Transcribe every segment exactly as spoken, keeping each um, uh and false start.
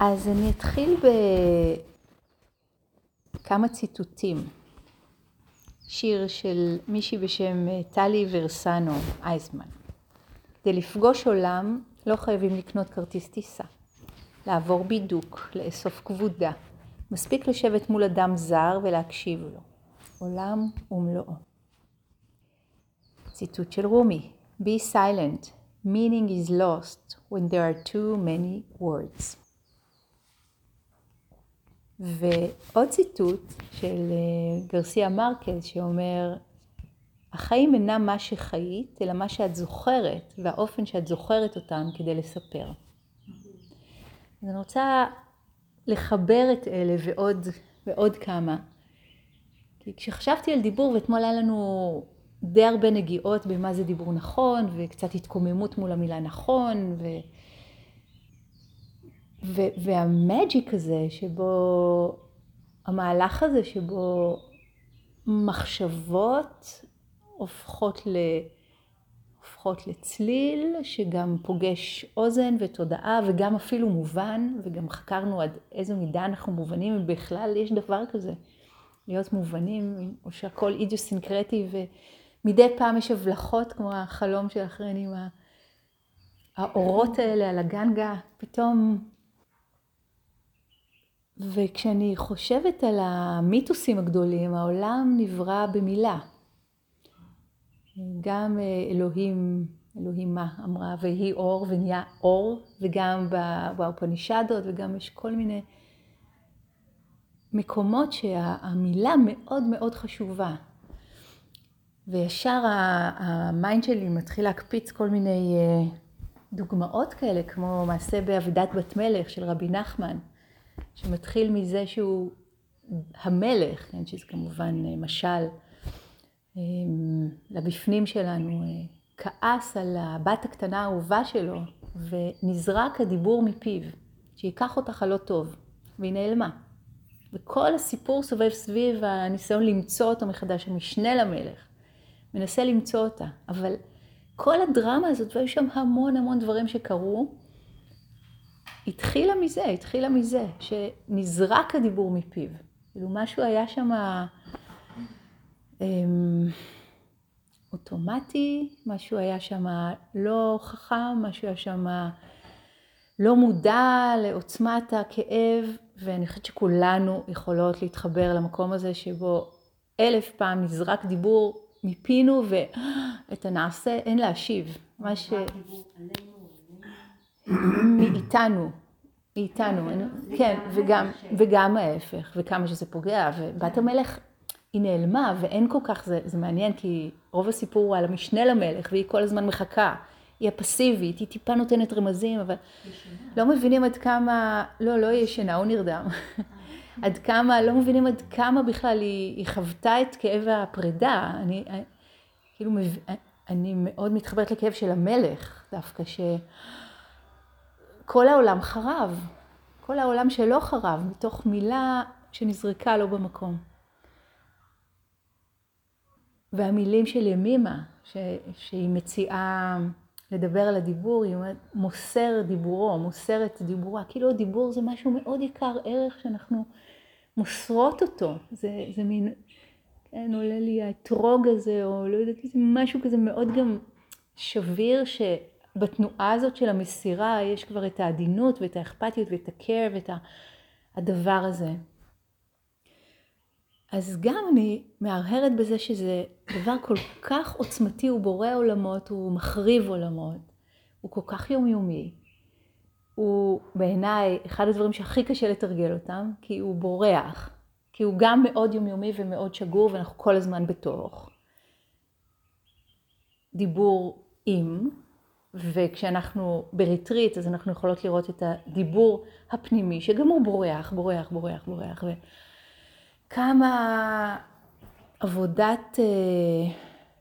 אז אני אתחיל בכמה ציטוטים. שיר של מישהי בשם טלי ורסנו אייזמן. כדי לפגוש עולם לא חייבים לקנות כרטיס טיסה, לעבור בידוק, לאסוף כבודה. מספיק לשבת מול אדם זר ולהקשיב לו. עולם ומלואו. ציטוט של רומי. Be silent. Meaning is lost when there are too many words. ועוד ציטוט של גרסיה מרקז שאומר, החיים אינם מה שחיית, אלא מה שאת זוכרת, והאופן שאת זוכרת אותם כדי לספר. אז אני רוצה לחבר את אלה ועוד, ועוד כמה. כי כשחשבתי על דיבור, ואתמול היה לנו די הרבה נגיעות במה זה דיבור נכון, וקצת התקוממות מול המילה נכון, ו... ו... והמאג'יק הזה, שבו, המהלך הזה שבו מחשבות הופכות, ל... הופכות לצליל, שגם פוגש אוזן ותודעה, וגם אפילו מובן, וגם חקרנו עד איזו מידה אנחנו מובנים, ובכלל יש דבר כזה, להיות מובנים, או שהכל אידיוסינקרטי, ומדי פעם יש הבלחות, כמו החלום של אחרין עם האורות האלה על הגנגה, פתאום. וכשאני חושבת על המיתוסים הגדולים, העולם נברא במילה. גם אלוהים, אלוהים מה אמרה, והיא אור ונהיה אור, וגם באופנישדות, וגם יש כל מיני מקומות שהמילה מאוד מאוד חשובה. וישר המיינד שלי מתחיל להקפיץ כל מיני דוגמאות כאלה, כמו מעשה בעבודת בת מלך של רבי נחמן, שמתחיל מזה שהוא המלך, כן, שזה כמובן משל לבפנים שלנו, כעס על הבת הקטנה האהובה שלו, ונזרק הדיבור מפיו, שיקח אותך הלא טוב, והיא נעלמה. וכל הסיפור סובב סביב הניסיון למצוא אותו מחדש, המשנה למלך, מנסה למצוא אותה. אבל כל הדרמה הזאת, והיו שם המון המון דברים שקרו, התחילה מזה, התחילה מזה, שנזרק הדיבור מפיו. כאילו משהו היה שם אמ, אוטומטי, משהו היה שם לא חכם, משהו היה שם לא מודע לעוצמת הכאב, ואני חושבת שכולנו יכולות להתחבר למקום הזה שבו אלף פעם נזרק דיבור מפינו, ואת הנעשה אין להשיב. מה ש... מאיתנו, מאיתנו, כן, וגם, וגם ההפך, וכמה שזה פוגע, ובת המלך היא נעלמה, ואין כל כך, זה, זה מעניין, כי רוב הסיפור הוא על המשנה למלך, והיא כל הזמן מחכה, היא הפסיבית, היא טיפה נותנת רמזים, אבל לא מבינים עד כמה, לא, לא היא ישנה, הוא נרדם, עד כמה, לא מבינים עד כמה בכלל היא, היא חוותה את כאב הפרידה, אני, אני, כאילו, אני מאוד מתחברת לכאב של המלך, דווקא ש... כל העולם חרב, כל העולם שלא חרב, מתוך מילה שנזרקה לו במקום. והמילים של ימימה, ש... שהיא מציעה לדבר על הדיבור, היא אומרת, מוסר דיבורו, מוסר את דיבורה. כאילו הדיבור זה משהו מאוד יקר ערך שאנחנו מוסרות אותו. זה, זה מין, כן, עולה לי האתרוג הזה, או לא יודעת, זה משהו כזה מאוד גם שביר, שבתנועה הזאת של המסירה יש כבר את העדינות ואת האכפתיות ואת הקר ואת הדבר הזה. אז גם אני מהרהרת בזה שזה דבר כל כך עוצמתי, הוא בורא עולמות, הוא מחריב עולמות, הוא כל כך יומיומי. הוא בעיניי אחד הדברים שהכי קשה לתרגל אותם, כי הוא בורח, כי הוא גם מאוד יומיומי ומאוד שגור, ואנחנו כל הזמן בתוך. דיבור עם, וכשאנחנו בריטריט, אז אנחנו יכולות לראות את הדיבור הפנימי, שגם הוא בורח, בורח, בורח, בורח, ו... כמה עבודת אה,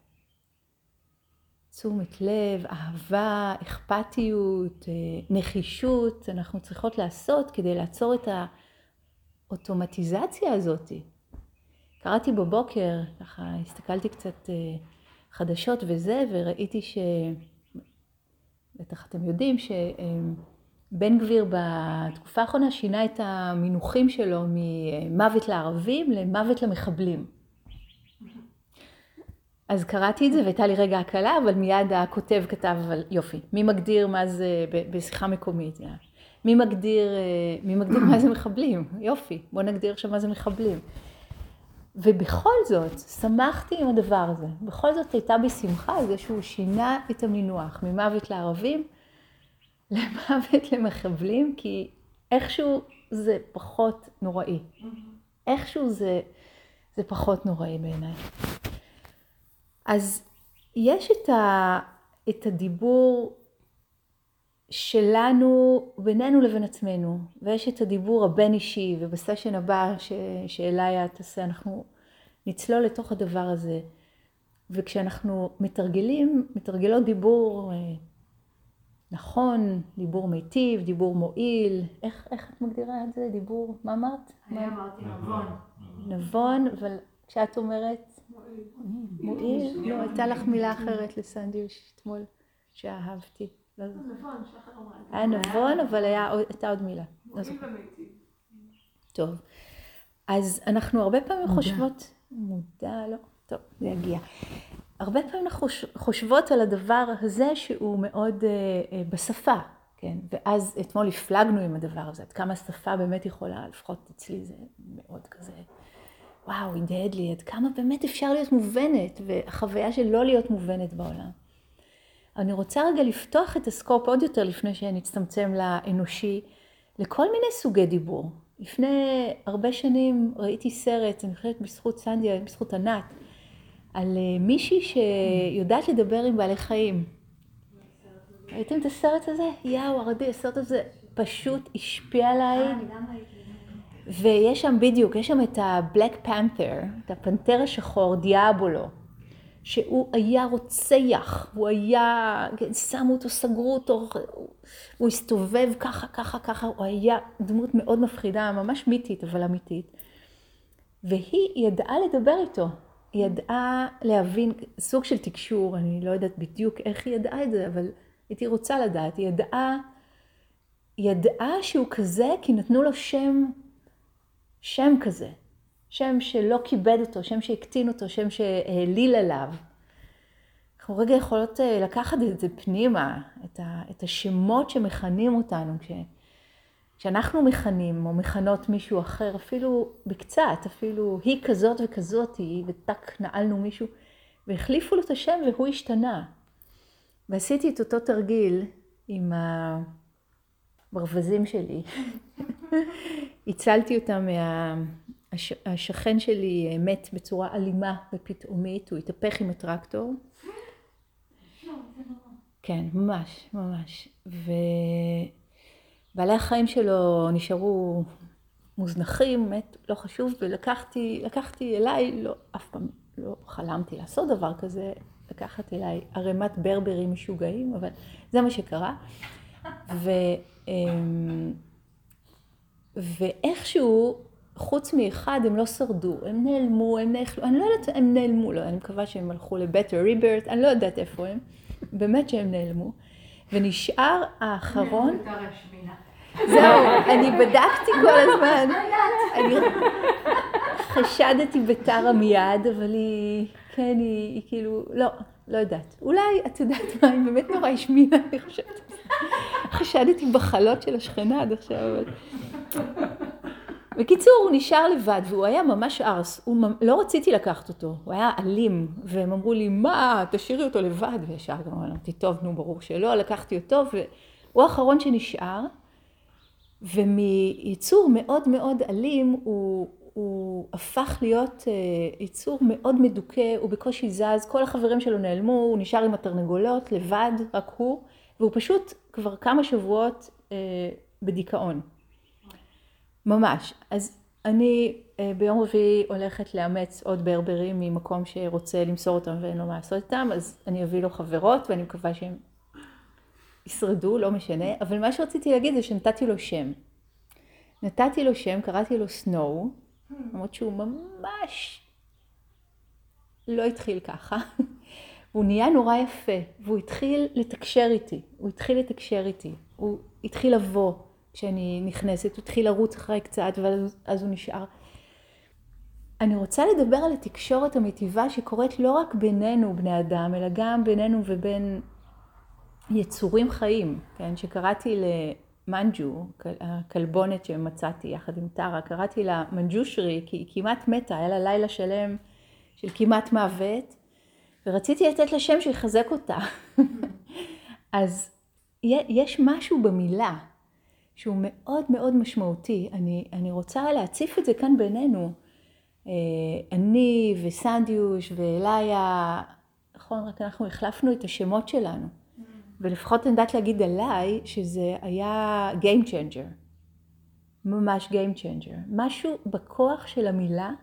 תשומת לב, אהבה, אכפתיות, אה, נחישות, אנחנו צריכות לעשות כדי לעצור את האוטומטיזציה הזאת. קראתי בבוקר, ככה הסתכלתי קצת אה, חדשות וזה, וראיתי ש... בטח אתם יודעים ש... אה, בן גביר בתקופה האחרונה שינה את המינוחים שלו ממוות לערבים למוות למחבלים. אז קראתי את זה והייתה לי רגע הקלה, אבל מיד הכותב כתב, אבל יופי, מי מגדיר מה זה, בשיחה מקומית, מי מגדיר, מי מגדיר מה זה מחבלים? יופי, בוא נגדיר עכשיו מה זה מחבלים. ובכל זאת, שמחתי עם הדבר הזה. בכל זאת הייתה בי שמחה על זה שהוא שינה את המינוח ממוות לערבים למוות למחבלים, כי איכשהו זה פחות נוראי. איכשהו זה, זה פחות נוראי בעיניי. אז יש את, ה, את הדיבור שלנו בינינו לבין עצמנו, ויש את הדיבור הבין אישי, ובסשן הבא ש, שאליה תעשה, אנחנו נצלול לתוך הדבר הזה. וכשאנחנו מתרגלים, מתרגלות דיבור נכון, דיבור מיטיב, דיבור מועיל, איך, איך את מגדירה את זה? דיבור, מה אמרת? אני אמרתי נבון. נבון, אבל כשאת אומרת מועיל, לא, הייתה לך מילה אחרת לסנדוויץ' אתמול שאהבתי. נבון, שחר אמרה. היה נבון, אבל הייתה עוד מילה. מועיל ומיטיב. טוב, אז אנחנו הרבה פעמים חושבות, מודע, לא, טוב, זה יגיע. הרבה פעמים אנחנו חושבות על הדבר הזה שהוא מאוד בשפה, כן? ואז אתמול הפלגנו עם הדבר הזה, עד כמה השפה באמת יכולה, לפחות אצלי זה מאוד כזה, וואו, היא דהד לי, עד כמה באמת אפשר להיות מובנת, והחוויה של לא להיות מובנת בעולם. אני רוצה רגע לפתוח את הסקופ עוד יותר לפני שנצטמצם לאנושי, לכל מיני סוגי דיבור. לפני הרבה שנים ראיתי סרט, אני חושבת בזכות סנדיה, בזכות ענת, על מישהי שיודעת לדבר עם בעלי חיים. ראיתם את הסרט הזה? יאו, הרדי, הסרט הזה פשוט השפיע עליי. ויש שם בדיוק, יש שם את ה-Black Panther, את הפנתר השחור, דיאבולו, שהוא היה רוצח, הוא היה, שמו אותו, סגרו אותו, הוא הסתובב ככה, ככה, ככה, הוא היה דמות מאוד מפחידה, ממש מיתית, אבל אמיתית. והיא ידעה לדבר איתו, היא ידעה להבין, סוג של תקשור, אני לא יודעת בדיוק איך היא ידעה את זה, אבל הייתי רוצה לדעת, היא ידעה, ידעה שהוא כזה, כי נתנו לו שם, שם כזה. שם שלא כיבד אותו, שם שהקטין אותו, שם שהעליל עליו. אנחנו רגע יכולות לקחת את זה פנימה, את, ה, את השמות שמכנים אותנו. כש, כשאנחנו מכנים או מכנות מישהו אחר, אפילו בקצת, אפילו היא כזאת וכזאת היא, וטק נעלנו מישהו, והחליפו לו את השם והוא השתנה. ועשיתי את אותו תרגיל עם הברווזים שלי. הצלתי אותם מה... השכן שלי מת בצורה אלימה ופתאומית, הוא התהפך עם הטרקטור. כן, ממש, ממש. ובעלי החיים שלו נשארו מוזנחים, מת, לא חשוב, ולקחתי, לקחתי אליי, לא, אף פעם לא חלמתי לעשות דבר כזה, לקחת אליי ערימת ברברים משוגעים, אבל זה מה שקרה. ו, ואיכשהו, חוץ מאחד הם לא שרדו, הם נעלמו, הם נאכלו, אני לא יודעת, הם נעלמו, לא, אני מקווה שהם הלכו לבטר ריברט, אני לא יודעת איפה הם, באמת שהם נעלמו, ונשאר האחרון, זהו, אני בדקתי כל הזמן, אני חשדתי בטרה מיד, אבל היא, כן, היא, היא כאילו, לא, לא יודעת, אולי את יודעת מה, היא באמת נורא השמינה, אני חושבת, חשדתי בחלות של השכנה עד עכשיו, אבל... בקיצור, הוא נשאר לבד, והוא היה ממש ארס. הוא, לא רציתי לקחת אותו, הוא היה אלים, והם אמרו לי, מה, תשאירי אותו לבד, וישר גם אמרתי, טוב, נו, ברור שלא, לקחתי אותו, והוא האחרון שנשאר, ומייצור מאוד מאוד אלים, הוא, הוא הפך להיות ייצור מאוד מדוכא, הוא בקושי זז, כל החברים שלו נעלמו, הוא נשאר עם התרנגולות, לבד, רק הוא, והוא פשוט כבר כמה שבועות אה, בדיכאון. ממש. אז אני ביום רביעי הולכת לאמץ עוד ברברים ממקום שרוצה למסור אותם ואין לו מה לעשות איתם, אז אני אביא לו חברות ואני מקווה שהם ישרדו, לא משנה. אבל מה שרציתי להגיד זה שנתתי לו שם. נתתי לו שם, קראתי לו סנואו, למרות שהוא ממש לא התחיל ככה. הוא נהיה נורא יפה, והוא התחיל לתקשר איתי. הוא התחיל לתקשר איתי. הוא התחיל לבוא כשאני נכנסת, הוא התחיל לרוץ אחרי קצת, ואז הוא נשאר. אני רוצה לדבר על התקשורת המטיבה שקורית לא רק בינינו, בני אדם, אלא גם בינינו ובין יצורים חיים, כן? שקראתי למנג'ו, הכלבונת שמצאתי יחד עם טרה, קראתי לה מנג'ושרי, כי היא כמעט מתה, היה לה לילה שלם של כמעט מוות, ורציתי לתת לה שם שיחזק אותה. אז יש משהו במילה שהוא מאוד מאוד משמעותי. אני, אני רוצה להציף את זה כאן בינינו. אני וסנדיוש ואליה, נכון, רק אנחנו החלפנו את השמות שלנו. ולפחות אני יודעת להגיד עליי שזה היה game changer. ממש game changer. משהו בכוח של המילה.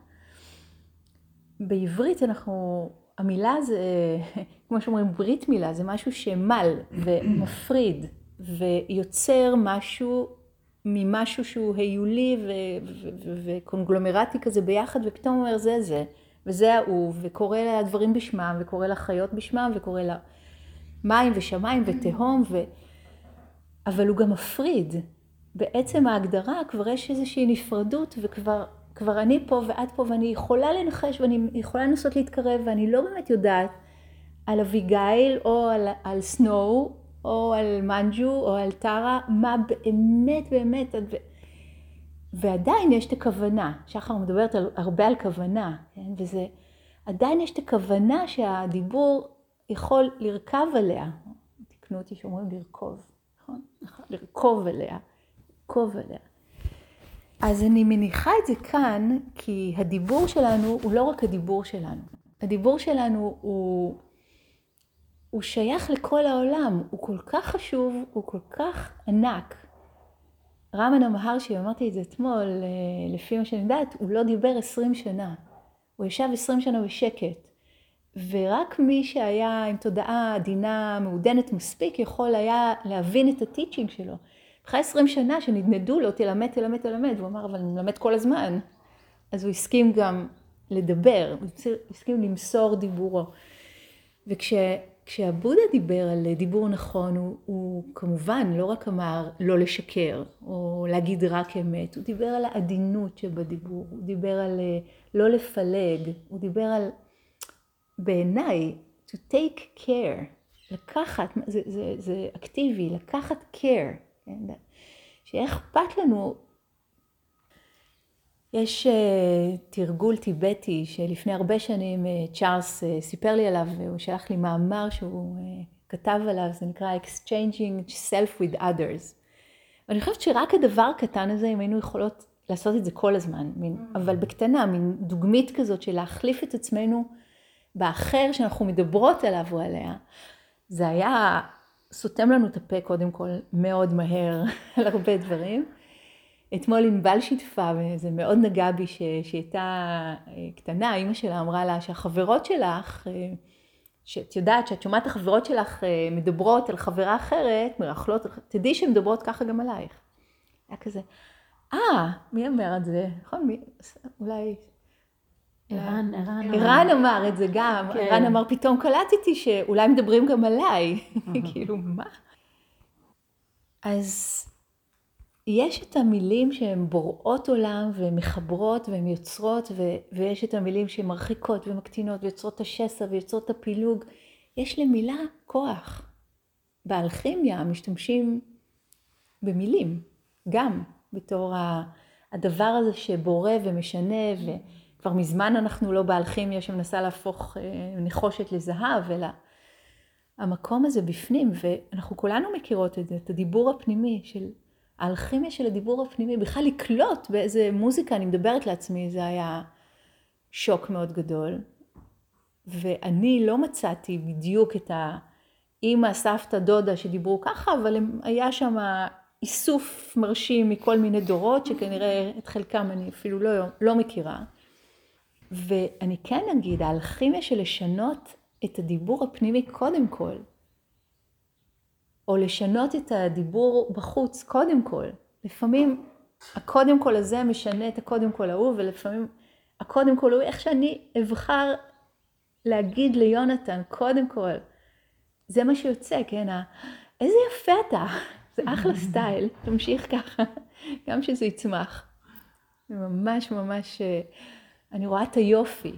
בעברית אנחנו, המילה זה, כמו שאומרים, ברית מילה, זה משהו שמל ומפריד ויוצר משהו ממשהו שהוא היולי וקונגלומרטי כזה ביחד, ופתאום אומר זה זה, וזה הוא, וקורא לדברים בשמם, וקורא לחיות בשמם, וקורא למים ושמיים ותהום, ו... אבל הוא גם מפריד. בעצם ההגדרה כבר יש איזושהי נפרדות, וכבר כבר אני פה ואת פה, ואני יכולה לנחש, ואני יכולה לנסות להתקרב, ואני לא באמת יודעת על אביגיל, או על, על סנואו, או על מנג'ו, או על טרה, מה באמת באמת, ו... ועדיין יש את הכוונה, שחר מדברת על, הרבה על כוונה, כן? וזה, עדיין יש את הכוונה שהדיבור יכול לרכב עליה, תקנו אותי שאומרים לרכוב, נכון? לרכוב עליה, לרכוב עליה. אז אני מניחה את זה כאן, כי הדיבור שלנו הוא לא רק הדיבור שלנו. הדיבור שלנו הוא, הוא שייך לכל העולם, הוא כל כך חשוב, הוא כל כך ענק. רמן המהרשי, אמרתי את זה אתמול, לפי מה שאני יודעת, הוא לא דיבר עשרים שנה. הוא ישב עשרים שנה בשקט. ורק מי שהיה עם תודעה עדינה מעודנת מספיק, יכול היה להבין את הטיצ'ינג שלו. אחרי עשרים שנה שנדנדו לו, תלמד, תלמד, תלמד, והוא אמר, אבל אני מלמד כל הזמן. אז הוא הסכים גם לדבר, הוא הסכים למסור דיבורו. וכשהבודה דיבר על דיבור נכון, הוא, הוא כמובן לא רק אמר לא לשקר, או להגיד רק אמת, הוא דיבר על העדינות שבדיבור, הוא דיבר על לא לפלג, הוא דיבר על, בעיניי, to take care, לקחת, זה, זה, זה אקטיבי, לקחת care. שאיך אכפת לנו, יש uh, תרגול טיבטי שלפני הרבה שנים uh, צ'ארלס uh, סיפר לי עליו, והוא שלח לי מאמר שהוא uh, כתב עליו, זה נקרא Exchanging Self with Others. ואני חושבת שרק הדבר הקטן הזה, אם היינו יכולות לעשות את זה כל הזמן, מין, mm-hmm. אבל בקטנה, מין דוגמית כזאת של להחליף את עצמנו באחר שאנחנו מדברות עליו או עליה, זה היה סותם לנו את הפה קודם כל מאוד מהר על הרבה דברים. אתמול ענבל שיתפה, וזה מאוד נגע בי שהייתה קטנה, אמא שלה אמרה לה שהחברות שלך, שאת יודעת שאת שומעת החברות שלך מדברות על חברה אחרת, מרחלות, תדעי שהן מדברות ככה גם עלייך. היה כזה, אה, מי אמר את זה? נכון, מי, אולי... ערן, ערן. ערן אמר את זה גם, ערן אמר פתאום קלטתי שאולי מדברים גם עליי, כאילו מה? אז יש את המילים שהן בוראות עולם ומחברות והן יוצרות, ויש את המילים שהן מרחיקות ומקטינות ויוצרות את השסע ויוצרות את הפילוג. יש למילה כוח. באלכימיה משתמשים במילים, גם בתור הדבר הזה שבורא ומשנה, וכבר מזמן אנחנו לא באלכימיה שמנסה להפוך נחושת לזהב, אלא המקום הזה בפנים, ואנחנו כולנו מכירות את זה, את הדיבור הפנימי של האלכימיה של הדיבור הפנימי, בכלל לקלוט באיזה מוזיקה אני מדברת לעצמי, זה היה שוק מאוד גדול. ואני לא מצאתי בדיוק את האמא, סבתא, דודה שדיברו ככה, אבל היה שם איסוף מרשים מכל מיני דורות, שכנראה את חלקם אני אפילו לא, לא מכירה. ואני כן אגיד, האלכימיה של לשנות את הדיבור הפנימי קודם כל, או לשנות את הדיבור בחוץ קודם כל. לפעמים הקודם כל הזה משנה את הקודם כל ההוא, ולפעמים הקודם כל הוא איך שאני אבחר להגיד ליונתן קודם כל. זה מה שיוצא, כן? איזה יפה אתה. זה אחלה סטייל, תמשיך ככה, גם שזה יצמח. זה ממש ממש, אני רואה את היופי.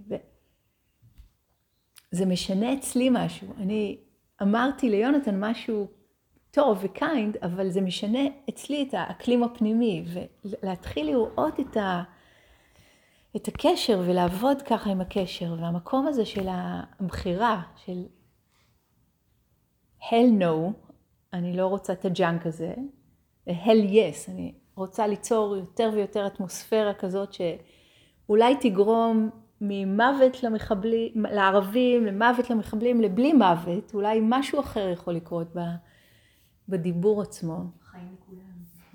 זה משנה אצלי משהו. אני אמרתי ליונתן משהו טוב וקיינד, אבל זה משנה אצלי את האקלים הפנימי, ולהתחיל לראות את ה... את הקשר ולעבוד ככה עם הקשר, והמקום הזה של הבחירה, של hell no, אני לא רוצה את הג'אנק הזה, ו-hell yes, אני רוצה ליצור יותר ויותר אטמוספירה כזאת שאולי תגרום ממוות למחבלים, לערבים, למוות למחבלים, לבלי מוות, אולי משהו אחר יכול לקרות בדיבור עצמו. חיים לכולם.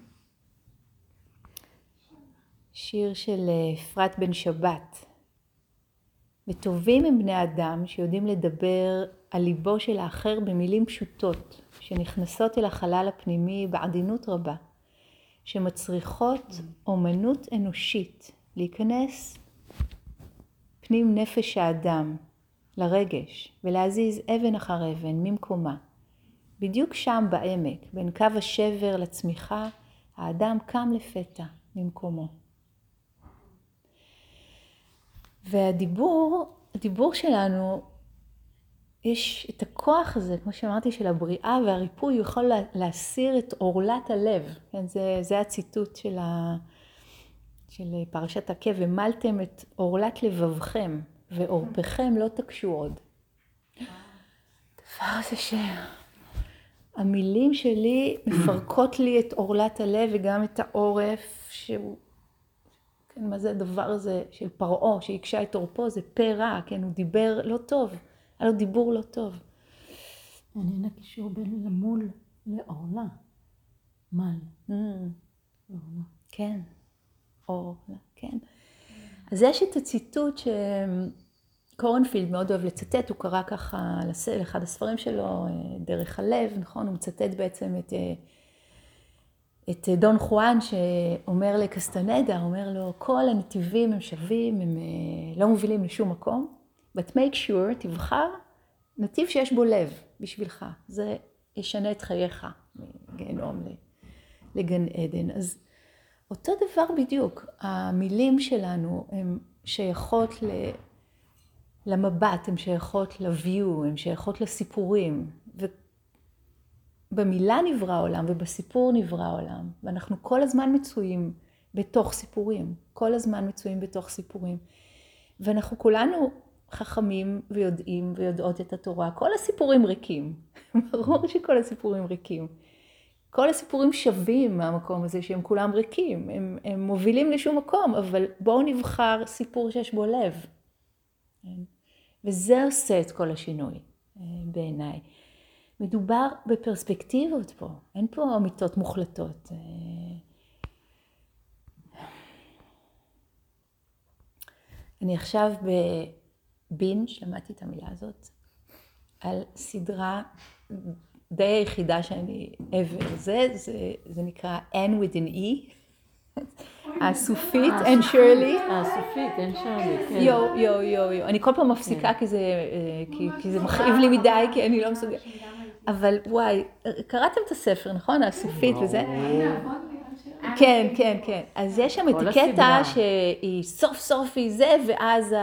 שיר של אפרת בן שבת. וטובים הם בני אדם שיודעים לדבר על ליבו של האחר במילים פשוטות, שנכנסות אל החלל הפנימי בעדינות רבה, שמצריכות אומנות אנושית להיכנס פנים נפש האדם, לרגש, ולהזיז אבן אחר אבן ממקומה. בדיוק שם בעמק, בין קו השבר לצמיחה, האדם קם לפתע ממקומו. והדיבור, הדיבור שלנו, יש את הכוח הזה, כמו שאמרתי, של הבריאה והריפוי, הוא יכול להסיר את עורלת הלב. כן, זה, זה הציטוט של, ה, של פרשת עקב, ומלתם את עורלת לבבכם, ועורפכם לא תקשו עוד. הדבר הזה שהמילים שלי מפרקות לי את עורלת הלב, וגם את העורף שהוא... כן, מה זה הדבר הזה של פרעה שהקשה את עורפו? זה פה רע, כן, הוא דיבר לא טוב, היה לו דיבור לא טוב. מעניין הקישור בין למול לעורלה. מל. Mm. לעורלה. כן, עורלה, כן. אז יש את הציטוט שקורנפילד מאוד אוהב לצטט, הוא קרא ככה לאחד הספרים שלו, דרך הלב, נכון? הוא מצטט בעצם את... את דון חואן שאומר לקסטנדה, אומר לו, כל הנתיבים הם שווים, הם לא מובילים לשום מקום, but make sure, תבחר נתיב שיש בו לב בשבילך, זה ישנה את חייך מגיהנום לגן עדן. אז אותו דבר בדיוק, המילים שלנו הן שייכות למבט, הן שייכות ל-view, הן שייכות לסיפורים, ו... במילה נברא העולם ובסיפור נברא העולם, ואנחנו כל הזמן מצויים בתוך סיפורים, כל הזמן מצויים בתוך סיפורים. ואנחנו כולנו חכמים ויודעים ויודעות את התורה, כל הסיפורים ריקים, ברור שכל הסיפורים ריקים. כל הסיפורים שווים מהמקום הזה שהם כולם ריקים, הם, הם מובילים לשום מקום, אבל בואו נבחר סיפור שיש בו לב. וזה עושה את כל השינוי בעיניי. מדובר בפרספקטיבות פה, אין פה אמיתות מוחלטות. אני עכשיו בבינג', למדתי את המילה הזאת, על סדרה די היחידה שאני ever. זה, זה, זה נקרא Anne with an E. הסופית, Anne Shirley. הסופית, Anne Shirley, כן. יו, יו, יו, יו. אני כל פעם מפסיקה כי זה, כי, כי זה מכאיב לי מדי, כי אני לא מסוגלת. אבל וואי, קראתם את הספר, נכון? הסופית וזה? כן, כן, כן. אז יש שם את הקטע שהיא סוף סוף היא זה, ואז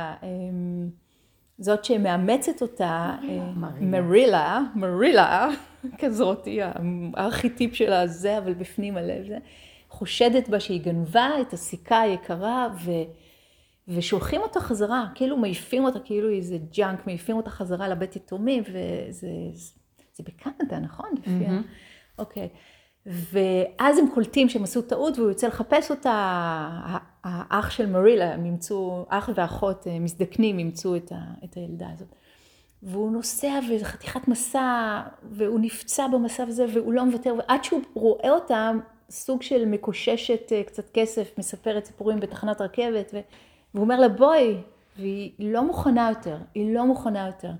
זאת שמאמצת אותה, מרילה, מרילה, כזאת, הארכיטיפ שלה זה, אבל בפנים הלב זה, חושדת בה שהיא גנבה את הסיכה היקרה, ו... ושולחים אותה חזרה, כאילו מעיפים אותה, כאילו איזה ג'אנק, מעיפים אותה חזרה לבית יתומים, וזה זה בקנדה, נכון? אוקיי. ואז הם קולטים שהם עשו טעות, והוא יוצא לחפש אותה, האח של מרילה, הם ימצאו, אח ואחות מזדקנים, ימצאו את, ה, את הילדה הזאת. והוא נוסע, וזה חתיכת מסע, והוא נפצע במסע הזה, והוא לא מוותר, ועד שהוא רואה אותה, סוג של מקוששת קצת כסף, מספרת סיפורים בתחנת רכבת, והוא אומר לה, בואי, והיא לא מוכנה יותר, היא לא מוכנה יותר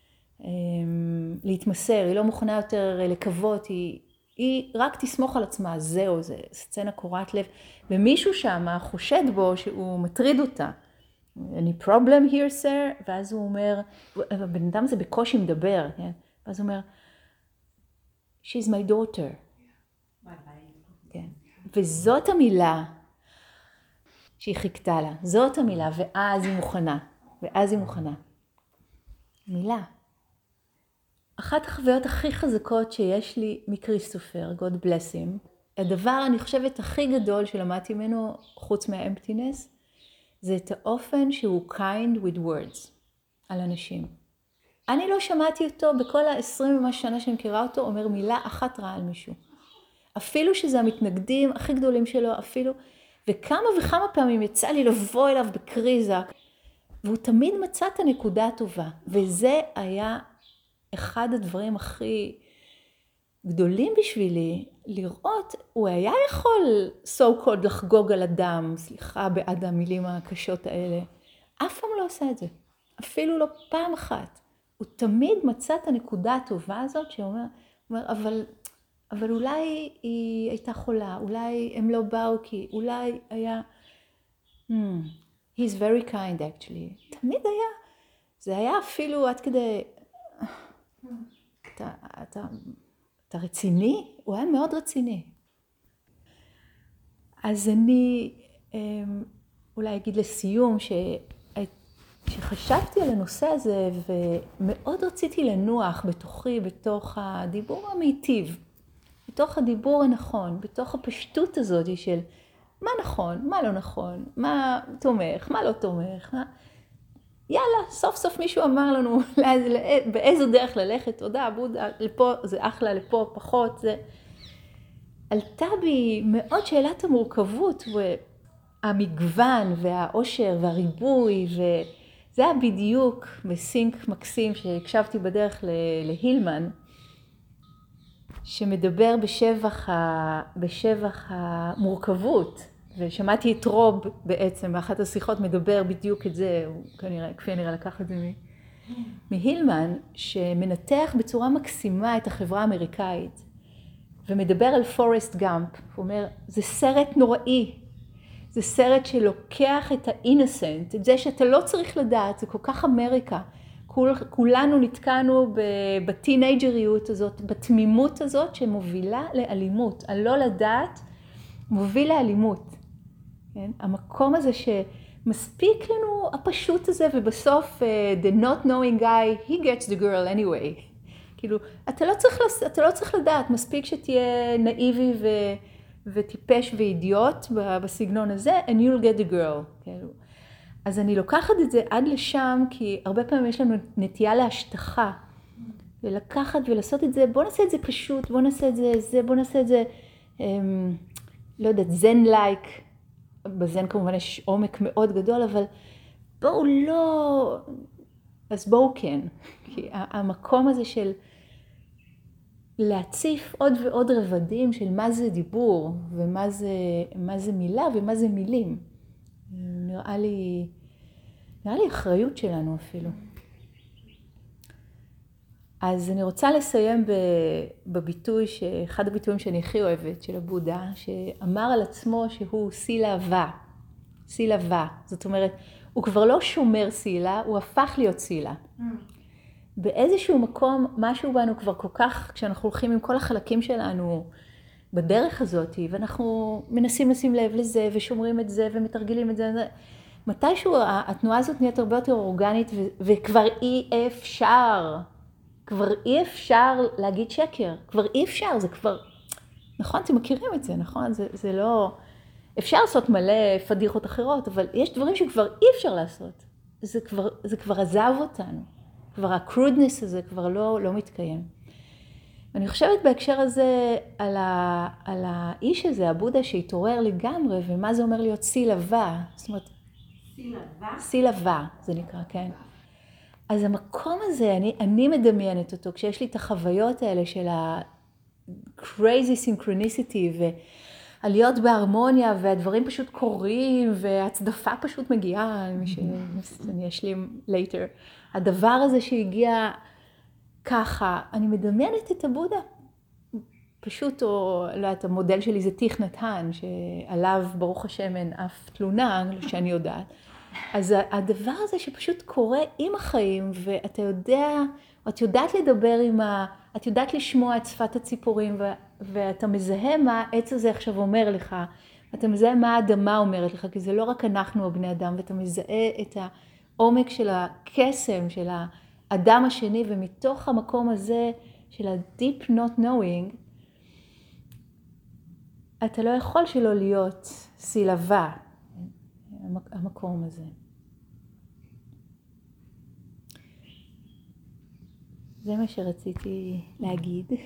להתמסר, היא לא מוכנה יותר לקוות, היא, היא רק תסמוך על עצמה, זהו, זה סצנה קורעת לב, ומישהו שם חושד בו שהוא מטריד אותה. any problem here, sir? ואז הוא אומר, הבן אדם זה בקושי מדבר, כן? ואז הוא אומר, She's my daughter. כן. וזאת המילה שהיא חיכתה לה. זאת המילה, ואז היא מוכנה. ואז היא מוכנה. מילה. אחת החוויות הכי חזקות שיש לי מכריסטופר, God bless him, הדבר, אני חושבת, הכי גדול שלמדתי ממנו, חוץ מה-emptiness, זה את האופן שהוא kind with words על אנשים. אני לא שמעתי אותו בכל ה-עשרים ומשהו שנה שאני מכירה אותו, אומר מילה אחת רעה על מישהו. אפילו שזה המתנגדים הכי גדולים שלו, אפילו, וכמה וכמה פעמים יצא לי לבוא אליו בקריזה, והוא תמיד מצא את הנקודה הטובה, וזה היה אחד הדברים הכי גדולים בשבילי, לראות, הוא היה יכול so called לחגוג על אדם, סליחה בעד המילים הקשות האלה, אף פעם לא עושה את זה, אפילו לא פעם אחת. הוא תמיד מצא את הנקודה הטובה הזאת, שאומר, אומר, אבל, אבל אולי היא הייתה חולה, אולי הם לא באו כי, אולי היה, hmm, he's very kind actually. תמיד היה, זה היה אפילו עד כדי, אתה, אתה, אתה רציני? הוא היה מאוד רציני. אז אני אולי אגיד לסיום ש... שחשבתי על הנושא הזה ומאוד רציתי לנוח בתוכי, בתוך הדיבור המיטיב, בתוך הדיבור הנכון, בתוך הפשטות הזאת של מה נכון, מה לא נכון, מה תומך, מה לא תומך. מה... יאללה, סוף סוף מישהו אמר לנו באיזו דרך ללכת, תודה, בודה, לפה זה אחלה, לפה פחות. זה... עלתה בי מאוד שאלת המורכבות והמגוון והאושר והריבוי, וזה היה בדיוק בסינק מקסים שהקשבתי בדרך להילמן, שמדבר בשבח, ה... בשבח המורכבות. ושמעתי את רוב בעצם, באחת השיחות מדבר בדיוק את זה, הוא כנראה, כפי הנראה לקח את זה מהילמן, שמנתח בצורה מקסימה את החברה האמריקאית, ומדבר על פורסט גאמפ, הוא אומר, זה סרט נוראי, זה סרט שלוקח את האינסנט, את זה שאתה לא צריך לדעת, זה כל כך אמריקה, כול, כולנו נתקענו בטינג'ריות הזאת, בתמימות הזאת שמובילה לאלימות, הלא לדעת מוביל לאלימות. כן? המקום הזה שמספיק לנו הפשוט הזה, ובסוף uh, the not knowing guy, he gets the girl anyway. כאילו, אתה לא צריך, אתה לא צריך לדעת, מספיק שתהיה נאיבי ו, וטיפש ואידיוט בסגנון הזה, and you'll get the girl. כאילו. אז אני לוקחת את זה עד לשם, כי הרבה פעמים יש לנו נטייה להשטחה, ולקחת ולעשות את זה, בוא נעשה את זה פשוט, בוא נעשה את זה, זה, בוא נעשה את זה, um, לא יודעת, זן-לייק, בזן כמובן יש עומק מאוד גדול, אבל בואו לא, אז בואו כן. כי המקום הזה של להציף עוד ועוד רבדים של מה זה דיבור, ומה זה, מה זה מילה ומה זה מילים. נראה לי, נראה לי אחריות שלנו אפילו. אז אני רוצה לסיים בביטוי, אחד הביטויים שאני הכי אוהבת של הבודה, שאמר על עצמו שהוא סילבה, סילבה. זאת אומרת, הוא כבר לא שומר סילה, הוא הפך להיות סילה. Mm. באיזשהו מקום, משהו בנו כבר כל כך, כשאנחנו הולכים עם כל החלקים שלנו בדרך הזאת, ואנחנו מנסים לשים לב לזה, ושומרים את זה, ומתרגלים את זה, מתישהו התנועה הזאת נהיית הרבה יותר אורגנית, וכבר אי אפשר. כבר אי אפשר להגיד שקר, כבר אי אפשר, זה כבר, נכון, אתם מכירים את זה, נכון? זה, זה לא, אפשר לעשות מלא פדיחות אחרות, אבל יש דברים שכבר אי אפשר לעשות. זה כבר, זה כבר עזב אותנו, כבר הקרודנס הזה כבר לא, לא מתקיים. אני חושבת בהקשר הזה על, ה, על האיש הזה, הבודה שהתעורר לגמרי, ומה זה אומר להיות סילבה, זאת אומרת, סילבה? סילבה, זה נקרא, כן. אז המקום הזה, אני, אני מדמיינת אותו, כשיש לי את החוויות האלה של ה-crazy synchronicity, ועליות בהרמוניה, והדברים פשוט קורים, והצדפה פשוט מגיעה, מי שאני אשלים later. הדבר הזה שהגיע ככה, אני מדמיינת את הבודה. פשוט, או לא יודעת, המודל שלי זה תיך נתן, שעליו ברוך השם אין אף תלונה, שאני יודעת. אז הדבר הזה שפשוט קורה עם החיים, ואתה יודע, או את יודעת לדבר עם ה... את יודעת לשמוע את שפת הציפורים, ו... ואתה מזהה מה העץ הזה עכשיו אומר לך, אתה מזהה מה האדמה אומרת לך, כי זה לא רק אנחנו הבני אדם, ואתה מזהה את העומק של הקסם, של האדם השני, ומתוך המקום הזה של ה-deep not knowing, אתה לא יכול שלא להיות סילבה, המקום הזה. זה מה שרציתי להגיד.